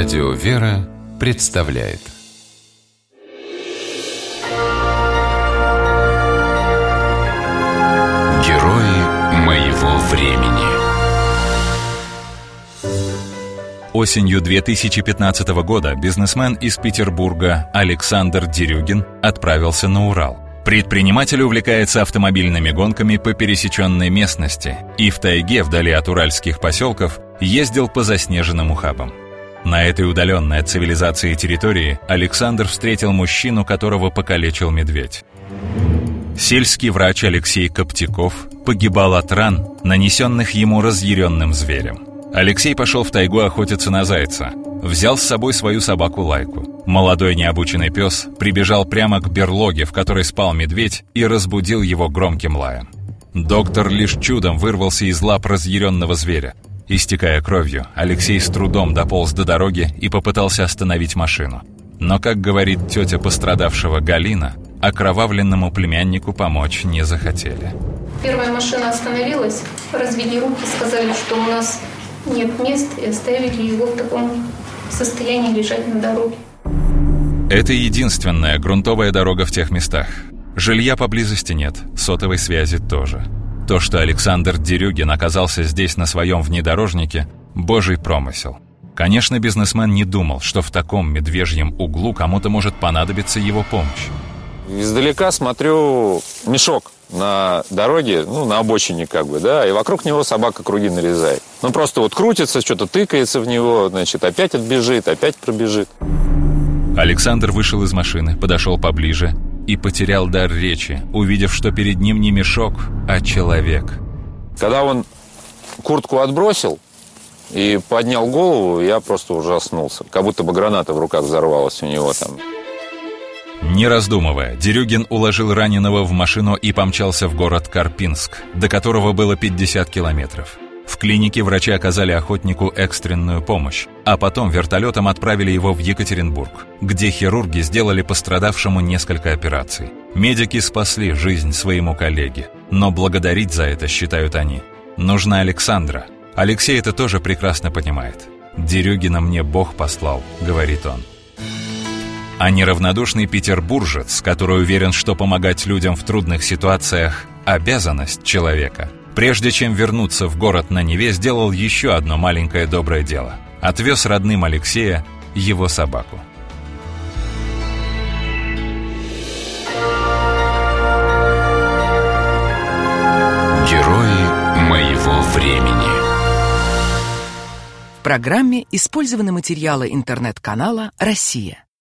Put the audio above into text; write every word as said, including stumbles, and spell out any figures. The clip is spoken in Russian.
Радио «Вера» представляет Герои моего времени. Осенью две тысячи пятнадцатого года бизнесмен из Петербурга Александр Дерюгин отправился на Урал. Предприниматель увлекается автомобильными гонками по пересеченной местности и в тайге вдали от уральских поселков ездил по заснеженным ухабам. На этой удаленной от цивилизации территории Александр встретил мужчину, которого покалечил медведь. Сельский врач Алексей Коптяков погибал от ран, нанесенных ему разъяренным зверем. Алексей пошел в тайгу охотиться на зайца. Взял с собой свою собаку Лайку. Молодой необученный пес прибежал прямо к берлоге, в которой спал медведь, и разбудил его громким лаем. Доктор лишь чудом вырвался из лап разъяренного зверя. Истекая кровью, Алексей с трудом дополз до дороги и попытался остановить машину. Но, как говорит тетя пострадавшего Галина, окровавленному племяннику помочь не захотели. Первая машина остановилась, развели руки, сказали, что у нас нет мест, и оставили его в таком состоянии лежать на дороге. Это единственная грунтовая дорога в тех местах. Жилья поблизости нет, сотовой связи тоже. То, что Александр Дерюгин оказался здесь на своем внедорожнике – божий промысел. Конечно, бизнесмен не думал, что в таком медвежьем углу кому-то может понадобиться его помощь. Издалека смотрю мешок на дороге, ну, на обочине как бы, да, и вокруг него собака круги нарезает. Ну, просто вот крутится, что-то тыкается в него, значит, опять отбежит, опять пробежит. Александр вышел из машины, подошел поближе и потерял дар речи, увидев, что перед ним не мешок, а человек. Когда он куртку отбросил и поднял голову, я просто ужаснулся. Как будто бы граната в руках взорвалась у него там. Не раздумывая, Дерюгин уложил раненого в машину и помчался в город Карпинск, до которого было пятьдесят километров. В клинике врачи оказали охотнику экстренную помощь, а потом вертолетом отправили его в Екатеринбург, где хирурги сделали пострадавшему несколько операций. Медики спасли жизнь своему коллеге, но благодарить за это, считают они, нужно Александра. Алексей это тоже прекрасно понимает. «Дерюгина мне Бог послал», — говорит он. А неравнодушный петербуржец, который уверен, что помогать людям в трудных ситуациях – обязанность человека, прежде чем вернуться в город на Неве, сделал еще одно маленькое доброе дело. Отвез родным Алексея его собаку. Герои моего времени. В программе использованы материалы интернет-канала «Россия».